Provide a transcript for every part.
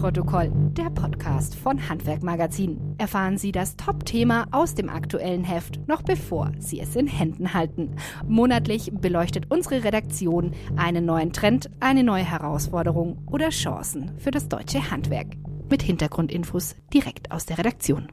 Abnahmeprotokoll, der Podcast von Handwerk Magazin. Erfahren Sie das Top-Thema aus dem aktuellen Heft, noch bevor Sie es in Händen halten. Monatlich beleuchtet unsere Redaktion einen neuen Trend, eine neue Herausforderung oder Chancen für das deutsche Handwerk. Mit Hintergrundinfos direkt aus der Redaktion.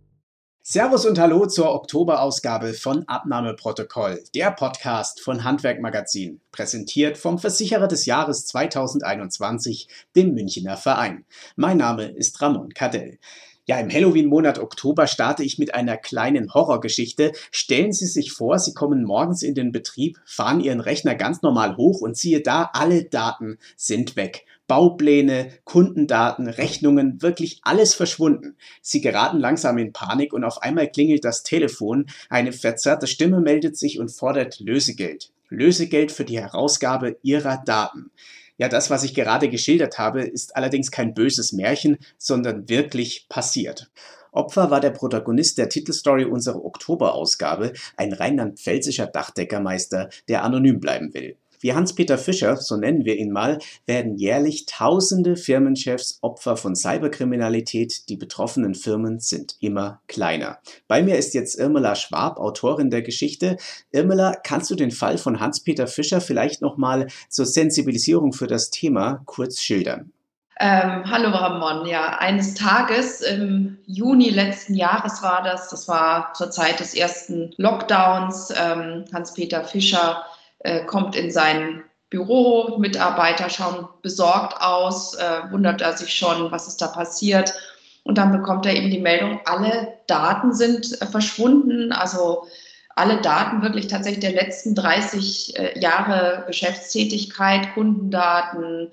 Servus und Hallo zur Oktoberausgabe von Abnahmeprotokoll, der Podcast von Handwerk Magazin, präsentiert vom Versicherer des Jahres 2021, dem Münchner Verein. Mein Name ist Ramon Cadell. Ja, im Halloween-Monat Oktober starte ich mit einer kleinen Horrorgeschichte. Stellen Sie sich vor, Sie kommen morgens in den Betrieb, fahren Ihren Rechner ganz normal hoch und siehe da, alle Daten sind weg. Baupläne, Kundendaten, Rechnungen, wirklich alles verschwunden. Sie geraten langsam in Panik und auf einmal klingelt das Telefon. Eine verzerrte Stimme meldet sich und fordert Lösegeld. Lösegeld für die Herausgabe Ihrer Daten. Ja, das, was ich gerade geschildert habe, ist allerdings kein böses Märchen, sondern wirklich passiert. Opfer war der Protagonist der Titelstory unserer Oktoberausgabe, ein rheinland-pfälzischer Dachdeckermeister, der anonym bleiben will. Wie Hans-Peter Fischer, so nennen wir ihn mal, werden jährlich tausende Firmenchefs Opfer von Cyberkriminalität. Die betroffenen Firmen sind immer kleiner. Bei mir ist jetzt Irmela Schwab, Autorin der Geschichte. Irmela, kannst du den Fall von Hans-Peter Fischer vielleicht nochmal zur Sensibilisierung für das Thema kurz schildern? Hallo Ramon, ja, eines Tages im Juni letzten Jahres war das war zur Zeit des ersten Lockdowns. Hans-Peter Fischer kommt in sein Büro, Mitarbeiter schauen besorgt aus, wundert er sich schon, was ist da passiert. Und dann bekommt er eben die Meldung, alle Daten sind verschwunden, also alle Daten wirklich tatsächlich der letzten 30 Jahre Geschäftstätigkeit, Kundendaten,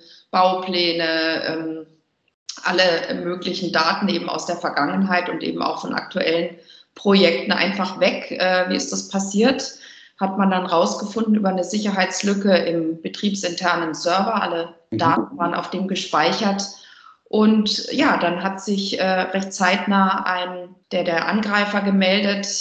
Baupläne, alle möglichen Daten eben aus der Vergangenheit und eben auch von aktuellen Projekten einfach weg. Wie ist das passiert? Hat man dann rausgefunden über eine Sicherheitslücke im betriebsinternen Server. Alle Daten waren auf dem gespeichert. Und ja, dann hat sich recht zeitnah der Angreifer gemeldet.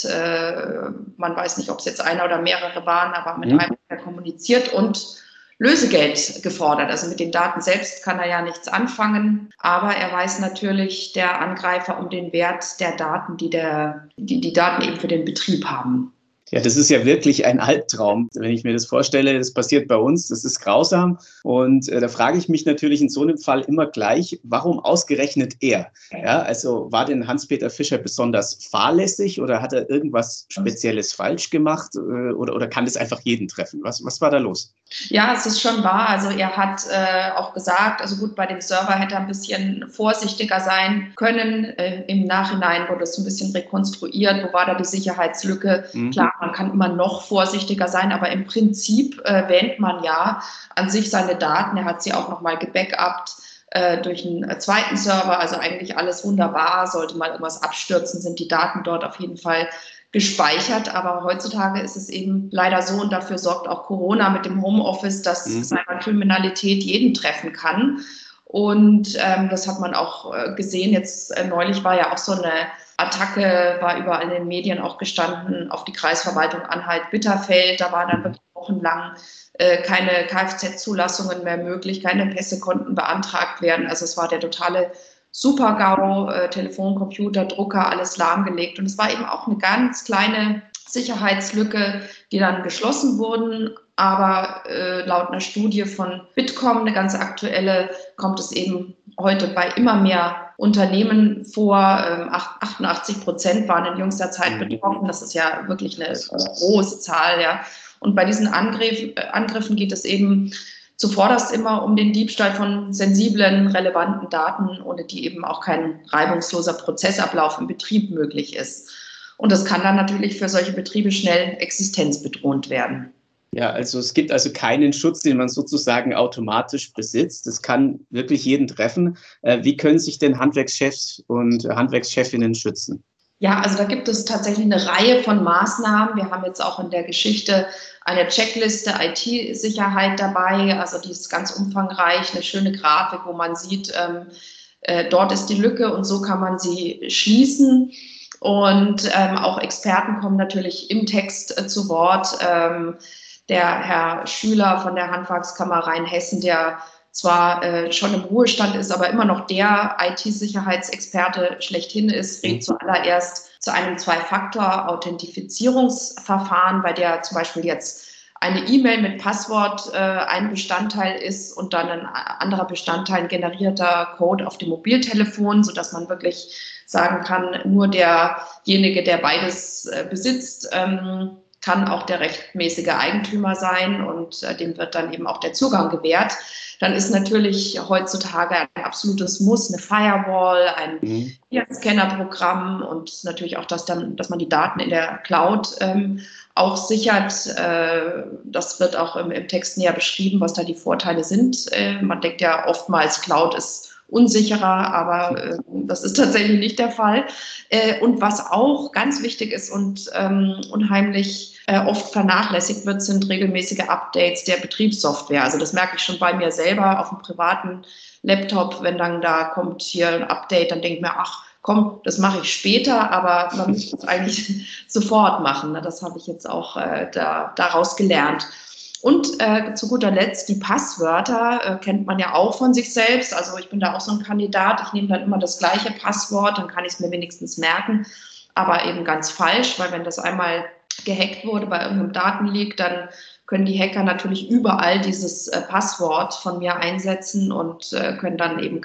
Man weiß nicht, ob es jetzt einer oder mehrere waren, aber mit einem hat er kommuniziert und Lösegeld gefordert. Also mit den Daten selbst kann er ja nichts anfangen, aber er weiß natürlich, der Angreifer, um den Wert der Daten, die Daten eben für den Betrieb haben. Ja, das ist ja wirklich ein Albtraum, wenn ich mir das vorstelle. Das passiert bei uns, das ist grausam. Und da frage ich mich natürlich in so einem Fall immer gleich, warum ausgerechnet er? Ja, also war denn Hans-Peter Fischer besonders fahrlässig oder hat er irgendwas Spezielles falsch gemacht oder kann das einfach jeden treffen? Was war da los? Ja, es ist schon wahr. Also er hat auch gesagt, also gut, bei dem Server hätte er ein bisschen vorsichtiger sein können. Im Nachhinein wurde es ein bisschen rekonstruiert. Wo war da die Sicherheitslücke? Klar, man kann immer noch vorsichtiger sein, aber im Prinzip wähnt man ja an sich seine Daten. Er hat sie auch nochmal gebackupt durch einen zweiten Server. Also eigentlich alles wunderbar. Sollte mal irgendwas abstürzen, sind die Daten dort auf jeden Fall gespeichert, aber heutzutage ist es eben leider so und dafür sorgt auch Corona mit dem Homeoffice, dass Cyberkriminalität jeden treffen kann und das hat man auch gesehen, jetzt neulich war ja auch so eine Attacke, war überall in den Medien auch gestanden, auf die Kreisverwaltung Anhalt-Bitterfeld, da waren dann wirklich wochenlang keine Kfz-Zulassungen mehr möglich, keine Pässe konnten beantragt werden, also es war der totale Super-GAU, Telefon, Computer, Drucker, alles lahmgelegt. Und es war eben auch eine ganz kleine Sicherheitslücke, die dann geschlossen wurden. Aber laut einer Studie von Bitkom, eine ganz aktuelle, kommt es eben heute bei immer mehr Unternehmen vor. 88% waren in jüngster Zeit betroffen. Das ist ja wirklich eine große Zahl. Ja. Und bei diesen Angriffen geht es eben zuvorderst immer um den Diebstahl von sensiblen, relevanten Daten, ohne die eben auch kein reibungsloser Prozessablauf im Betrieb möglich ist. Und das kann dann natürlich für solche Betriebe schnell existenzbedrohend werden. Ja, also es gibt also keinen Schutz, den man sozusagen automatisch besitzt. Das kann wirklich jeden treffen. Wie können sich denn Handwerkschefs und Handwerkschefinnen schützen? Ja, also da gibt es tatsächlich eine Reihe von Maßnahmen. Wir haben jetzt auch in der Geschichte eine Checkliste IT-Sicherheit dabei. Also die ist ganz umfangreich, eine schöne Grafik, wo man sieht, dort ist die Lücke und so kann man sie schließen. Und auch Experten kommen natürlich im Text zu Wort. Der Herr Schüler von der Handwerkskammer Rheinhessen, der zwar schon im Ruhestand ist, aber immer noch der IT-Sicherheitsexperte schlechthin ist, rät zuallererst zu einem Zwei-Faktor-Authentifizierungsverfahren, bei der zum Beispiel jetzt eine E-Mail mit Passwort ein Bestandteil ist und dann ein anderer Bestandteil, ein generierter Code auf dem Mobiltelefon, sodass man wirklich sagen kann, nur derjenige, der beides besitzt, kann auch der rechtmäßige Eigentümer sein und dem wird dann eben auch der Zugang gewährt. Dann ist natürlich heutzutage ein absolutes Muss eine Firewall, ein Scannerprogramm und natürlich auch, dass man die Daten in der Cloud auch sichert. Das wird auch im Text näher beschrieben, was da die Vorteile sind. Man denkt ja oftmals, Cloud ist unsicherer, aber das ist tatsächlich nicht der Fall. Und was auch ganz wichtig ist und unheimlich oft vernachlässigt wird, sind regelmäßige Updates der Betriebssoftware. Also das merke ich schon bei mir selber auf dem privaten Laptop, wenn dann da kommt hier ein Update, dann denke ich mir, ach komm, das mache ich später, aber man müsste es eigentlich sofort machen. Das habe ich jetzt auch daraus gelernt. Und zu guter Letzt, die Passwörter kennt man ja auch von sich selbst. Also ich bin da auch so ein Kandidat. Ich nehme dann immer das gleiche Passwort, dann kann ich es mir wenigstens merken. Aber eben ganz falsch, weil wenn das einmal gehackt wurde bei irgendeinem Datenleak, dann können die Hacker natürlich überall dieses Passwort von mir einsetzen und können dann eben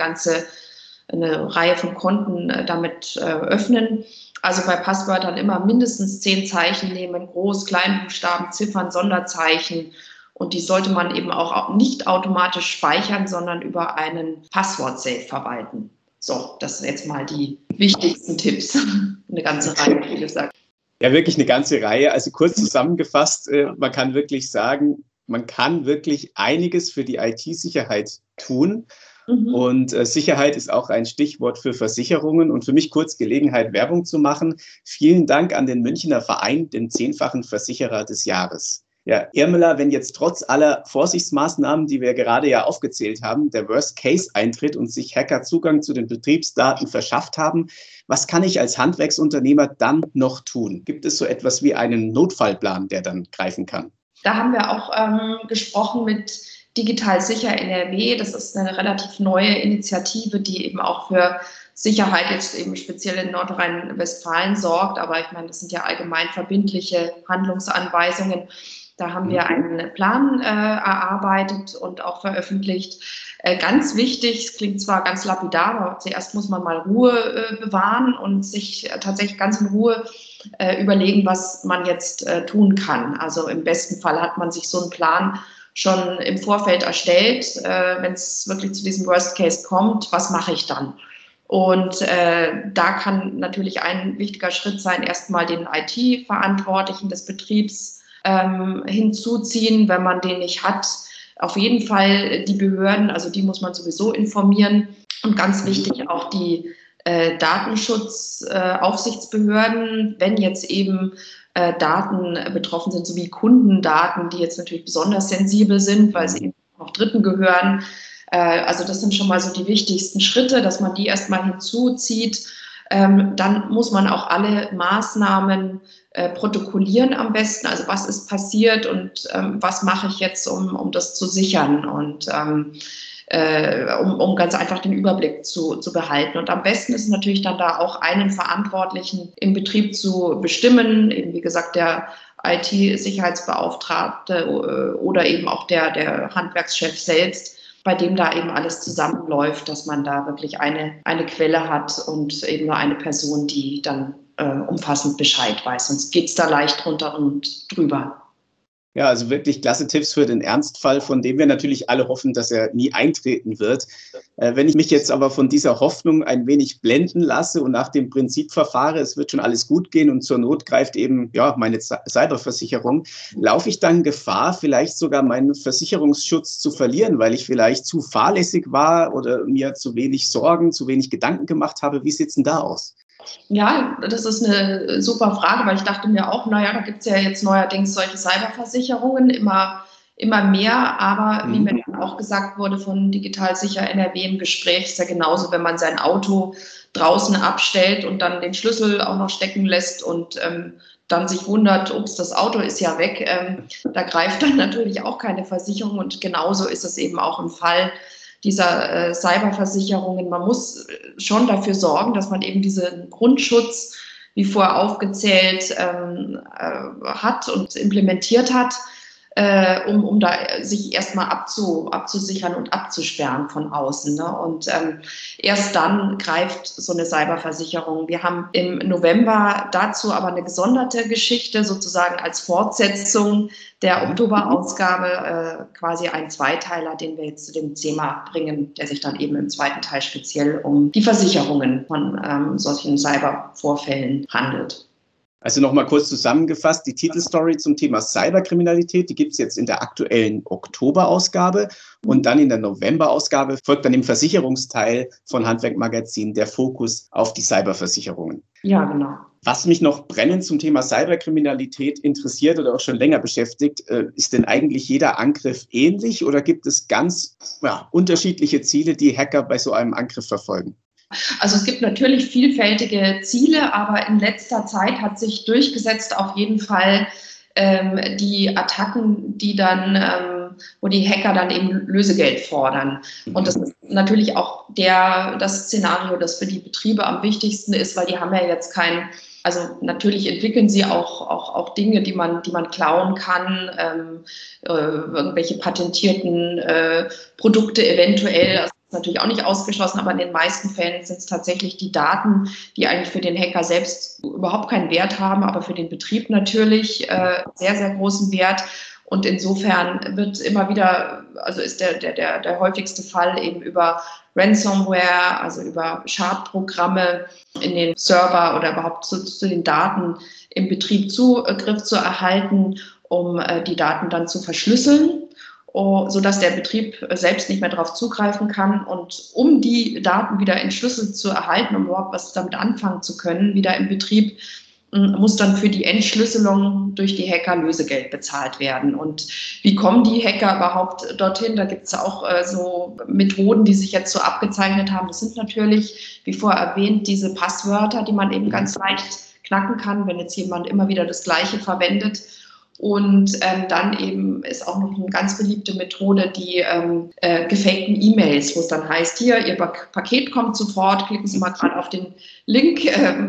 eine Reihe von Konten damit öffnen. Also bei Passwörtern immer mindestens 10 Zeichen nehmen, Groß-, Kleinbuchstaben, Ziffern, Sonderzeichen. Und die sollte man eben auch nicht automatisch speichern, sondern über einen Passwort-Safe verwalten. So, das sind jetzt mal die wichtigsten Tipps. Eine ganze Reihe, wie gesagt. Ja, wirklich eine ganze Reihe. Also kurz zusammengefasst, man kann wirklich sagen, man kann wirklich einiges für die IT-Sicherheit tun. Und Sicherheit ist auch ein Stichwort für Versicherungen und für mich kurz Gelegenheit, Werbung zu machen. Vielen Dank an den Münchner Verein, den 10-fachen Versicherer des Jahres. Ja, Irmela, wenn jetzt trotz aller Vorsichtsmaßnahmen, die wir gerade ja aufgezählt haben, der Worst Case eintritt und sich Hacker Zugang zu den Betriebsdaten verschafft haben, was kann ich als Handwerksunternehmer dann noch tun? Gibt es so etwas wie einen Notfallplan, der dann greifen kann? Da haben wir auch gesprochen mit Digital Sicher NRW. Das ist eine relativ neue Initiative, die eben auch für Sicherheit jetzt eben speziell in Nordrhein-Westfalen sorgt. Aber ich meine, das sind ja allgemein verbindliche Handlungsanweisungen. Da haben wir einen Plan erarbeitet und auch veröffentlicht. Ganz wichtig, es klingt zwar ganz lapidar, aber zuerst muss man mal Ruhe bewahren und sich tatsächlich ganz in Ruhe überlegen, was man jetzt tun kann. Also im besten Fall hat man sich so einen Plan schon im Vorfeld erstellt. Wenn es wirklich zu diesem Worst Case kommt, was mache ich dann? Und da kann natürlich ein wichtiger Schritt sein, erstmal den IT-Verantwortlichen des Betriebs hinzuziehen, wenn man den nicht hat. Auf jeden Fall die Behörden, also die muss man sowieso informieren. Und ganz wichtig auch die Datenschutzaufsichtsbehörden, wenn jetzt eben Daten betroffen sind, sowie Kundendaten, die jetzt natürlich besonders sensibel sind, weil sie eben auch Dritten gehören. Also das sind schon mal so die wichtigsten Schritte, dass man die erstmal hinzuzieht. Dann muss man auch alle Maßnahmen protokollieren am besten. Also was ist passiert und was mache ich jetzt, um das zu sichern und um ganz einfach den Überblick zu behalten. Und am besten ist es natürlich dann da auch einen Verantwortlichen im Betrieb zu bestimmen, eben wie gesagt der IT-Sicherheitsbeauftragte oder eben auch der Handwerkschef selbst, bei dem da eben alles zusammenläuft, dass man da wirklich eine Quelle hat und eben nur eine Person, die dann umfassend Bescheid weiß. Sonst geht es da leicht drunter und drüber. Ja, also wirklich klasse Tipps für den Ernstfall, von dem wir natürlich alle hoffen, dass er nie eintreten wird. Wenn ich mich jetzt aber von dieser Hoffnung ein wenig blenden lasse und nach dem Prinzip verfahre, es wird schon alles gut gehen und zur Not greift eben meine Cyberversicherung, laufe ich dann Gefahr, vielleicht sogar meinen Versicherungsschutz zu verlieren, weil ich vielleicht zu fahrlässig war oder mir zu wenig Sorgen, zu wenig Gedanken gemacht habe. Wie sieht es denn da aus? Ja, das ist eine super Frage, weil ich dachte mir auch, naja, da gibt es ja jetzt neuerdings solche Cyberversicherungen immer mehr, aber wie mir dann auch gesagt wurde von Digital Sicher NRW im Gespräch, ist ja genauso, wenn man sein Auto draußen abstellt und dann den Schlüssel auch noch stecken lässt und dann sich wundert, ups, das Auto ist ja weg, da greift dann natürlich auch keine Versicherung und genauso ist es eben auch im Fall dieser Cyberversicherungen. Man muss schon dafür sorgen, dass man eben diesen Grundschutz, wie vorher aufgezählt, hat und implementiert hat, um da sich erstmal abzusichern und abzusperren von außen. Ne? Und erst dann greift so eine Cyberversicherung. Wir haben im November dazu aber eine gesonderte Geschichte, sozusagen als Fortsetzung der Oktoberausgabe, quasi ein Zweiteiler, den wir jetzt zu dem Thema bringen, der sich dann eben im zweiten Teil speziell um die Versicherungen von solchen Cybervorfällen handelt. Also nochmal kurz zusammengefasst, die Titelstory zum Thema Cyberkriminalität, die gibt es jetzt in der aktuellen Oktoberausgabe und dann in der Novemberausgabe folgt dann im Versicherungsteil von Handwerk Magazin der Fokus auf die Cyberversicherungen. Ja, genau. Was mich noch brennend zum Thema Cyberkriminalität interessiert oder auch schon länger beschäftigt, ist denn eigentlich jeder Angriff ähnlich oder gibt es ganz unterschiedliche Ziele, die Hacker bei so einem Angriff verfolgen? Also es gibt natürlich vielfältige Ziele, aber in letzter Zeit hat sich durchgesetzt auf jeden Fall die Attacken, die dann, wo die Hacker dann eben Lösegeld fordern. Und das ist natürlich auch das Szenario, das für die Betriebe am wichtigsten ist, weil die haben ja jetzt also natürlich entwickeln sie auch Dinge, die man klauen kann, irgendwelche patentierten Produkte eventuell. Also natürlich auch nicht ausgeschlossen, aber in den meisten Fällen sind es tatsächlich die Daten, die eigentlich für den Hacker selbst überhaupt keinen Wert haben, aber für den Betrieb natürlich sehr, sehr großen Wert. Und insofern wird immer wieder, also ist der häufigste Fall eben über Ransomware, also über Schadprogramme in den Server oder überhaupt zu den Daten im Betrieb Zugriff zu erhalten, um die Daten dann zu verschlüsseln, sodass der Betrieb selbst nicht mehr darauf zugreifen kann. Und um die Daten wieder entschlüsselt zu erhalten, um überhaupt was damit anfangen zu können, wieder im Betrieb, muss dann für die Entschlüsselung durch die Hacker Lösegeld bezahlt werden. Und wie kommen die Hacker überhaupt dorthin? Da gibt es auch so Methoden, die sich jetzt so abgezeichnet haben. Das sind natürlich, wie vorher erwähnt, diese Passwörter, die man eben ganz leicht knacken kann, wenn jetzt jemand immer wieder das Gleiche verwendet. Und dann eben ist auch noch eine ganz beliebte Methode, die gefakten E-Mails, wo es dann heißt, hier, Ihr Paket kommt sofort, klicken Sie mal gerade auf den Link,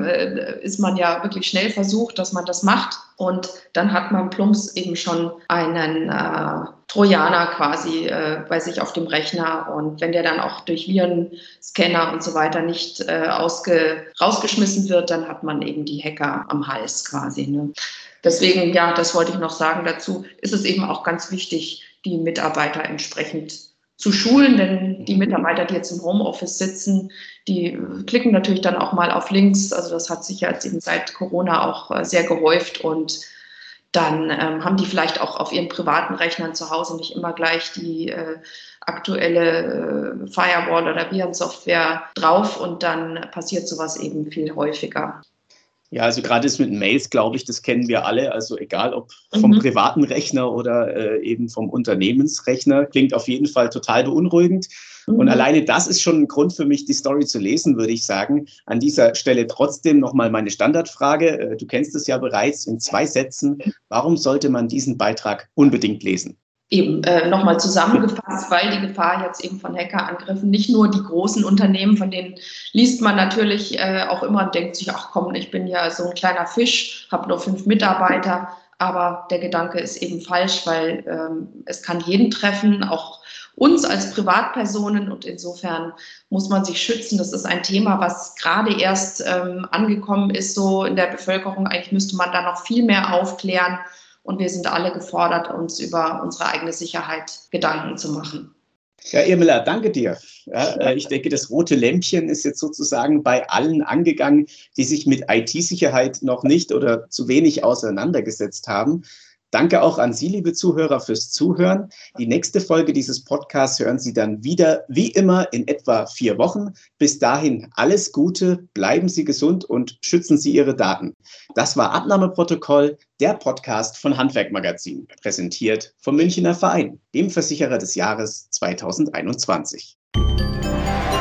ist man ja wirklich schnell versucht, dass man das macht. Und dann hat man plumps eben schon einen Trojaner quasi bei sich auf dem Rechner. Und wenn der dann auch durch Virenscanner und so weiter nicht rausgeschmissen wird, dann hat man eben die Hacker am Hals quasi, ne? Deswegen, ja, das wollte ich noch sagen. Dazu ist es eben auch ganz wichtig, die Mitarbeiter entsprechend zu schulen, denn die Mitarbeiter, die jetzt im Homeoffice sitzen, die klicken natürlich dann auch mal auf Links. Also das hat sich ja jetzt eben seit Corona auch sehr gehäuft und dann haben die vielleicht auch auf ihren privaten Rechnern zu Hause nicht immer gleich die aktuelle Firewall oder Virensoftware drauf und dann passiert sowas eben viel häufiger. Ja, also gerade das mit Mails, glaube ich, das kennen wir alle. Also egal, ob vom privaten Rechner oder eben vom Unternehmensrechner, klingt auf jeden Fall total beunruhigend. Und alleine das ist schon ein Grund für mich, die Story zu lesen, würde ich sagen. An dieser Stelle trotzdem nochmal meine Standardfrage. Du kennst es ja bereits in 2 Sätzen. Warum sollte man diesen Beitrag unbedingt lesen? Eben nochmal zusammengefasst, weil die Gefahr jetzt eben von Hackerangriffen nicht nur die großen Unternehmen, von denen liest man natürlich auch immer und denkt sich, ach komm, ich bin ja so ein kleiner Fisch, habe nur 5 Mitarbeiter, aber der Gedanke ist eben falsch, weil es kann jeden treffen, auch uns als Privatpersonen und insofern muss man sich schützen. Das ist ein Thema, was gerade erst angekommen ist so in der Bevölkerung. Eigentlich müsste man da noch viel mehr aufklären. Und wir sind alle gefordert, uns über unsere eigene Sicherheit Gedanken zu machen. Ja, Irmela, danke dir. Ja, ich denke, das rote Lämpchen ist jetzt sozusagen bei allen angegangen, die sich mit IT-Sicherheit noch nicht oder zu wenig auseinandergesetzt haben. Danke auch an Sie, liebe Zuhörer, fürs Zuhören. Die nächste Folge dieses Podcasts hören Sie dann wieder, wie immer, in etwa 4 Wochen. Bis dahin alles Gute, bleiben Sie gesund und schützen Sie Ihre Daten. Das war Abnahmeprotokoll, der Podcast von Handwerk Magazin, präsentiert vom Münchner Verein, dem Versicherer des Jahres 2021.